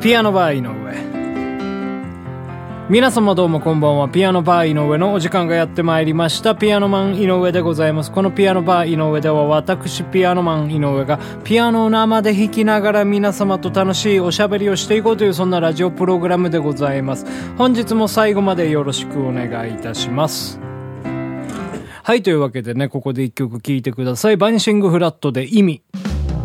ピアノバー井上。皆様どうもこんばんは。ピアノバー井上のお時間がやってまいりました。ピアノマン井上でございます。このピアノバー井上では私ピアノマン井上がピアノを生で弾きながら皆様と楽しいおしゃべりをしていこうというそんなラジオプログラムでございます。本日も最後までよろしくお願いいたします。はい、というわけでね、ここで一曲聴いてください。バニシングフラットで意味。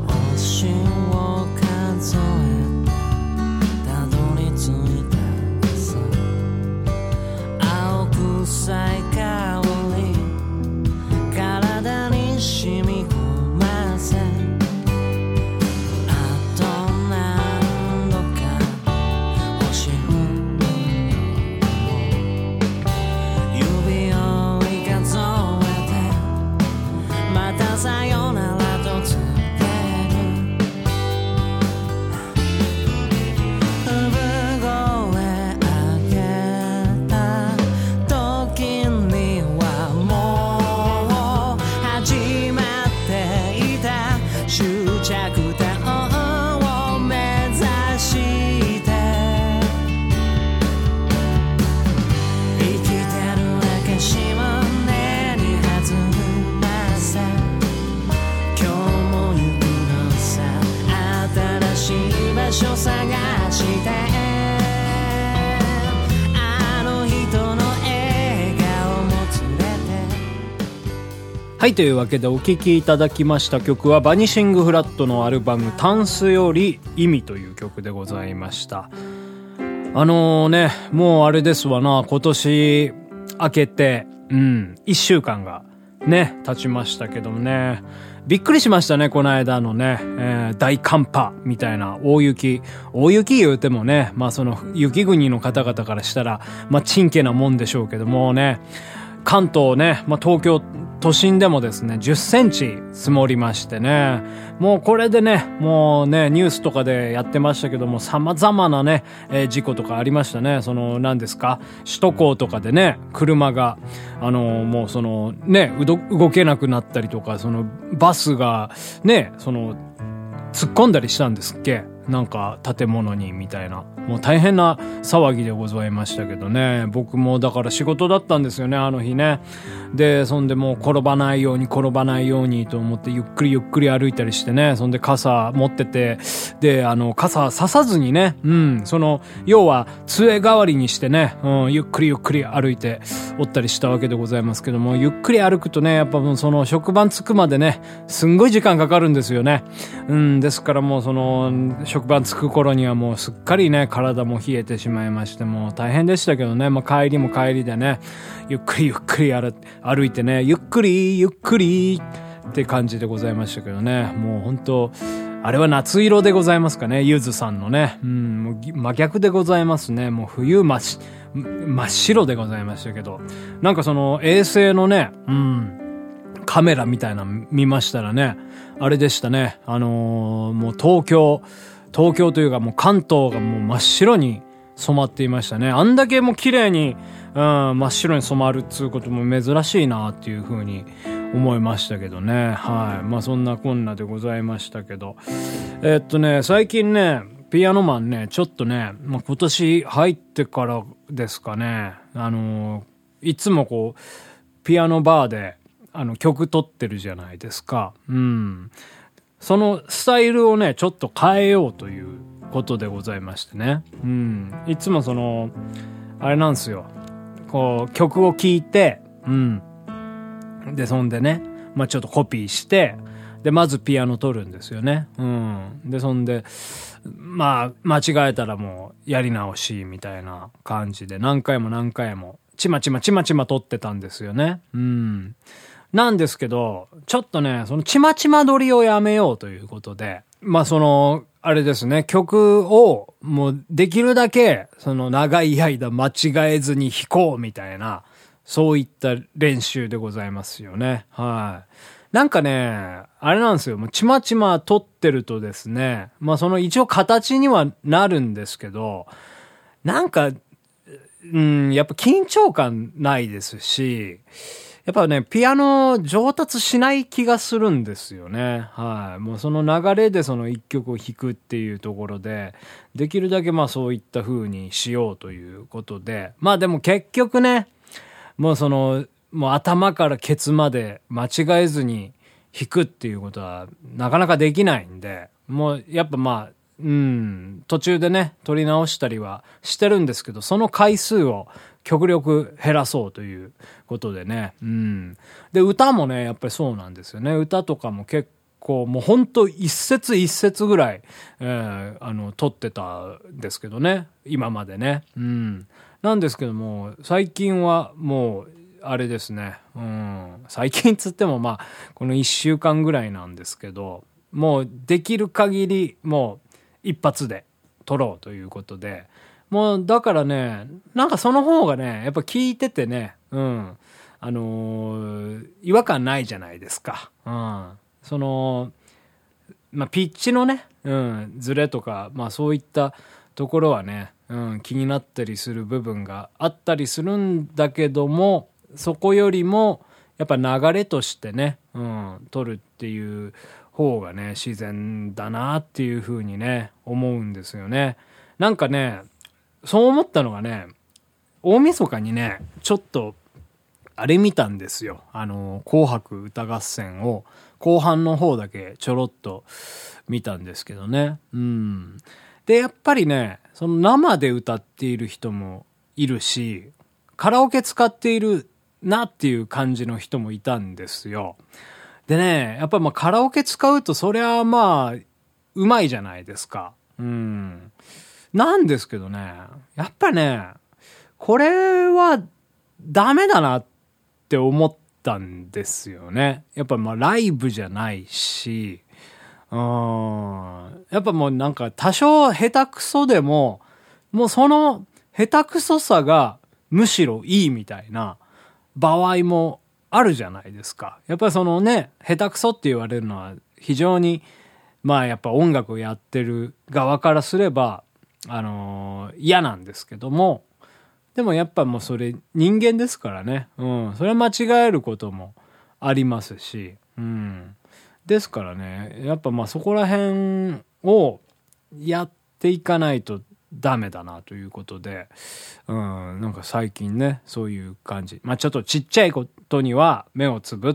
はい、というわけでお聴きいただきました曲はバニシングフラットのアルバムタンスより意味という曲でございました。もうあれですわな、今年明けて1週間がね経ちましたけどもね、びっくりしましたね、この間のね、大寒波みたいな大雪言うてもね、まあその雪国の方々からしたらまあちんけなもんでしょうけどもね、関東ね、まあ東京都心でもですね、10センチ積もりましてね、もうこれでね、もうね、ニュースとかでやってましたけども、様々なね、事故とかありましたね。その、何ですか、首都高とかでね、車が、もうその、ね、動けなくなったりとか、その、バスが、ね、その、突っ込んだりしたんですっけ？なんか、建物に、みたいな。もう大変な騒ぎでございましたけどね。僕もだから仕事だったんですよね、あの日ね。で、そんでもう転ばないようにと思ってゆっくり歩いたりしてね。そんで傘持ってて、で、傘ささずにね、その、要は杖代わりにしてね、ゆっくり歩いておったりしたわけでございますけども、ゆっくり歩くとね、やっぱその職場に着くまでね、すんごい時間かかるんですよね。ですからもうその、職場に着く頃にはもうすっかりね、体も冷えてしまいまして、もう大変でしたけどね。まあ帰りも帰りでね、ゆっくり歩いてね、ゆっくりって感じでございましたけどね。もう本当あれは夏色でございますかね、ゆずさんのね。もう真逆でございますね。もう冬真っ白でございましたけど、なんかその衛星のね、カメラみたいなの見ましたらね、あれでしたね。もう東京というかもう関東がもう真っ白に染まっていましたね。あんだけもう綺麗に、真っ白に染まるっつうことも珍しいなっていう風に思いましたけどね。はい。まあそんなこんなでございましたけど。最近ね、ピアノマンね、ちょっとね、まあ今年入ってからですかね、いつもこう、ピアノバーで、曲取ってるじゃないですか。そのスタイルをね、ちょっと変えようということでございましてね。いつもその、あれなんですよ。こう、曲を聴いて、で、そんでね、まあちょっとコピーして、で、まずピアノ取るんですよね。で、そんで、まあ、間違えたらもう、やり直し、みたいな感じで、何回も、ちまちま取ってたんですよね。なんですけど、ちょっとね、そのちまちま撮りをやめようということで、まあその、あれですね、曲をもうできるだけ、その長い間間違えずに弾こうみたいな、そういった練習でございますよね。はい。なんかね、あれなんですよ、もうちまちま撮ってるとですね、まあその一応形にはなるんですけど、なんか、やっぱ緊張感ないですし、 やっぱね、ピアノ上達しない気がするんですよね。はい。もうその流れでその一曲を弾くっていうところで、できるだけまあそういった風にしようということで、まあでも結局ね、もうその、もう頭からケツまで間違えずに弾くっていうことはなかなかできないんで、もうやっぱまあ、途中でね、撮り直したりはしてるんですけど、その回数を極力減らそうということでね。で、歌もね、やっぱりそうなんですよね。歌とかも結構、もうほんと一節一節ぐらい、撮ってたんですけどね。今までね。なんですけども、最近はもう、あれですね。最近つってもまあ、この一週間ぐらいなんですけど、もうできる限り、もう一発で撮ろうということで、もうだからね、なんかその方がね、やっぱ聞いててね、違和感ないじゃないですか。その、まあピッチのね、ズレとか、まあそういったところはね、気になったりする部分があったりするんだけども、そこよりもやっぱ流れとしてね、撮るっていう方がね、自然だなっていう風にね、思うんですよね。なんかね、そう思ったのがね、大晦日にね、ちょっと、あれ見たんですよ。紅白歌合戦を、後半の方だけちょろっと見たんですけどね。で、やっぱりね、その生で歌っている人もいるし、カラオケ使っているなっていう感じの人もいたんですよ。でね、やっぱまあカラオケ使うとそりゃまあ、うまいじゃないですか。なんですけどね、やっぱね、これはダメだなって思ったんですよね。やっぱまあライブじゃないし、やっぱもうなんか多少下手くそでも、もうその下手くそさがむしろいいみたいな場合もあるじゃないですか。やっぱりそのね、下手くそって言われるのは非常に、まあやっぱ音楽をやってる側からすれば、嫌なんですけども、でもやっぱもうそれ人間ですからね。それは間違えることもありますし、ですからね、やっぱまあそこら辺をやっていかないとダメだなということで、なんか最近ね、そういう感じ。まあちょっとちっちゃいことには目をつぶって、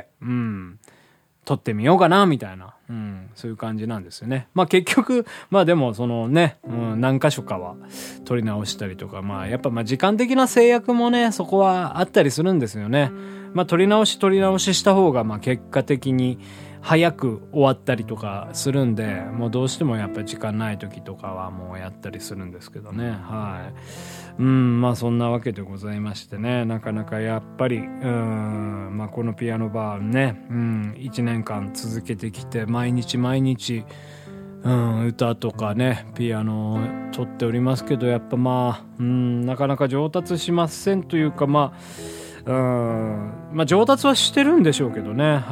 撮ってみようかなみたいな、そういう感じなんですよね。まあ結局、まあでもそのね、何箇所かは撮り直したりとか、まあやっぱまあ時間的な制約もね、そこはあったりするんですよね。まあ撮り直しした方がまあ結果的に早く終わったりとかするんで、もうどうしてもやっぱり時間ない時とかはもうやったりするんですけどね。まあそんなわけでございましてね、なかなかやっぱり、まあこのピアノバーね、1年間続けてきて、毎日毎日、歌とかね、ピアノを撮っておりますけど、やっぱまあ、なかなか上達しませんというか、まあ上達はしてるんでしょうけどね。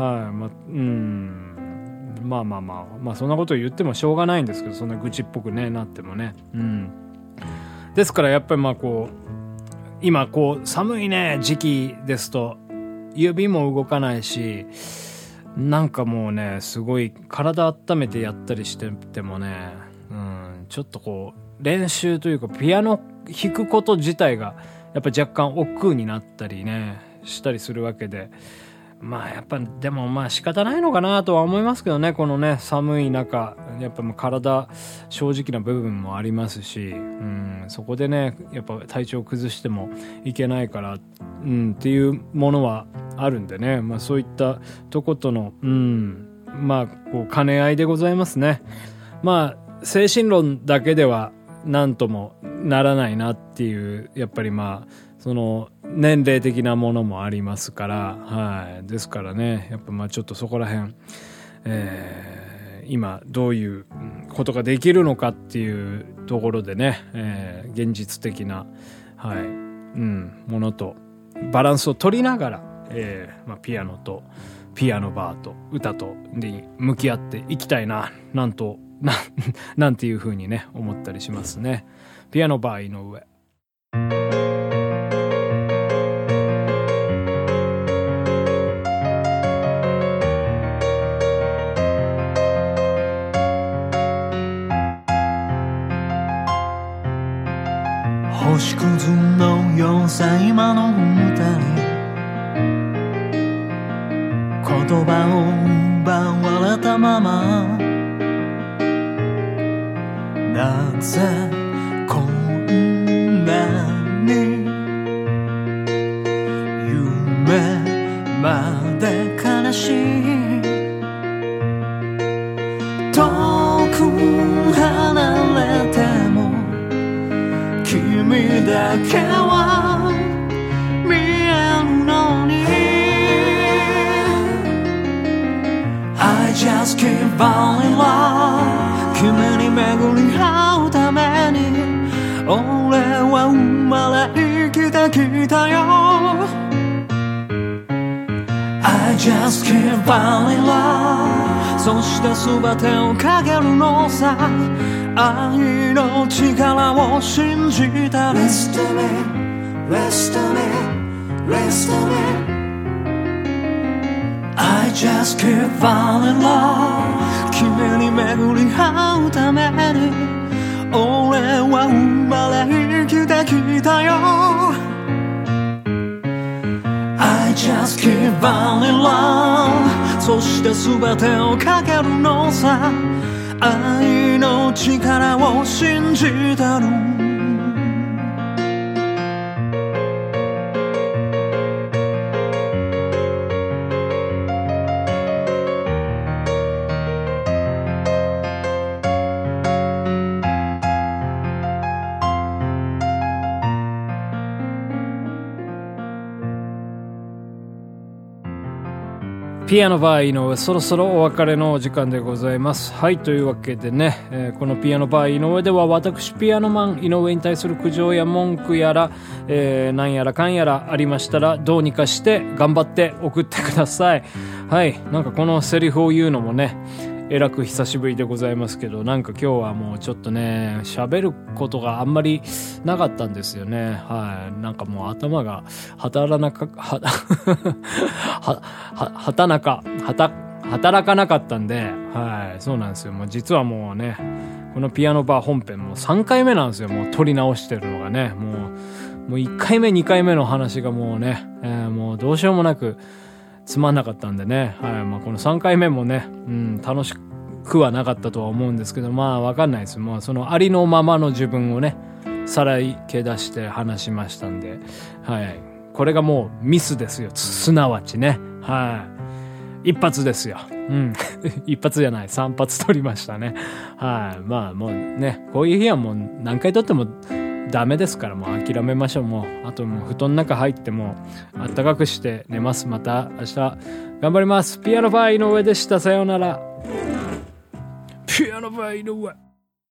まあそんなことを言ってもしょうがないんですけど、そんな愚痴っぽくねなってもね。ですからやっぱりまあこう今こう寒いね時期ですと指も動かないし、なんかもうねすごい体温めてやったりしててもね、ちょっとこう練習というかピアノ弾くこと自体がやっぱ若干億劫になったりねしたりするわけで、まあやっぱでもまあ仕方ないのかなとは思いますけどね。このね寒い中やっぱもう体正直な部分もありますし、そこでねやっぱ体調崩してもいけないから、っていうものはあるんでね、まあそういったとことのまあこう兼ね合いでございますね。まあ精神論だけではなんともならないなっていう、やっぱりまあその年齢的なものもありますから、ですからねやっぱまあちょっとそこら辺、今どういうことができるのかっていうところでね、現実的な、ものとバランスを取りながら、ピアノとピアノバーと歌とに向き合っていきたいな、なんていう風にね思ったりしますね。ピアノバー井上。 星屑のようさ今の二人、言葉を奪われたまま、なぜこんなに夢まで悲しい、遠く離れても君だけは見えるのに、 I just keep falling in love、 君に巡り合うために俺は生まれ生きてきたよ。 I just keep falling in love、 そして全てをかけるのさ、愛の力を信じたり、 Rest of me, rest of me, rest of me、 I just keep falling in love、 君に巡り合うために俺は生まれ生きてきたよ。 I just keep falling in love、 そして全てをかけるのさ、愛の力を信じてる。ピアノバー井上、そろそろお別れのお時間でございます。はい、というわけでね、このピアノバー井上では私ピアノマン井上に対する苦情や文句やら、なんやらかんやらありましたらどうにかして頑張って送ってください。はい、なんかこのセリフを言うのもねえらく久しぶりでございますけど、なんか今日はもうちょっとね喋ることがあんまりなかったんですよね。はい、なんかもう頭が働かなかったんで、はい、そうなんですよ。もう実はもうねこのピアノバー本編も3回目なんですよ。もう撮り直してるのがね、もう1回目2回目の話がもうね、もうどうしようもなくつまんなかったんでね、はい、まあこの3回目もね、楽しくはなかったとは思うんですけど、まあわかんないです。もうそのありのままの自分をねさらけ出して話しましたんで、はい、これがもうミスですよ。すなわちね、はい、一発ですよ。一発じゃない、3発撮りましたね。はい、まあもうねこういう日はもう何回撮ってもダメですから、もう諦めましょう。もうあともう布団の中入ってもあったかくして寝ます。また明日頑張ります。ピアノバー井上でした。さようなら。ピアノバー井上。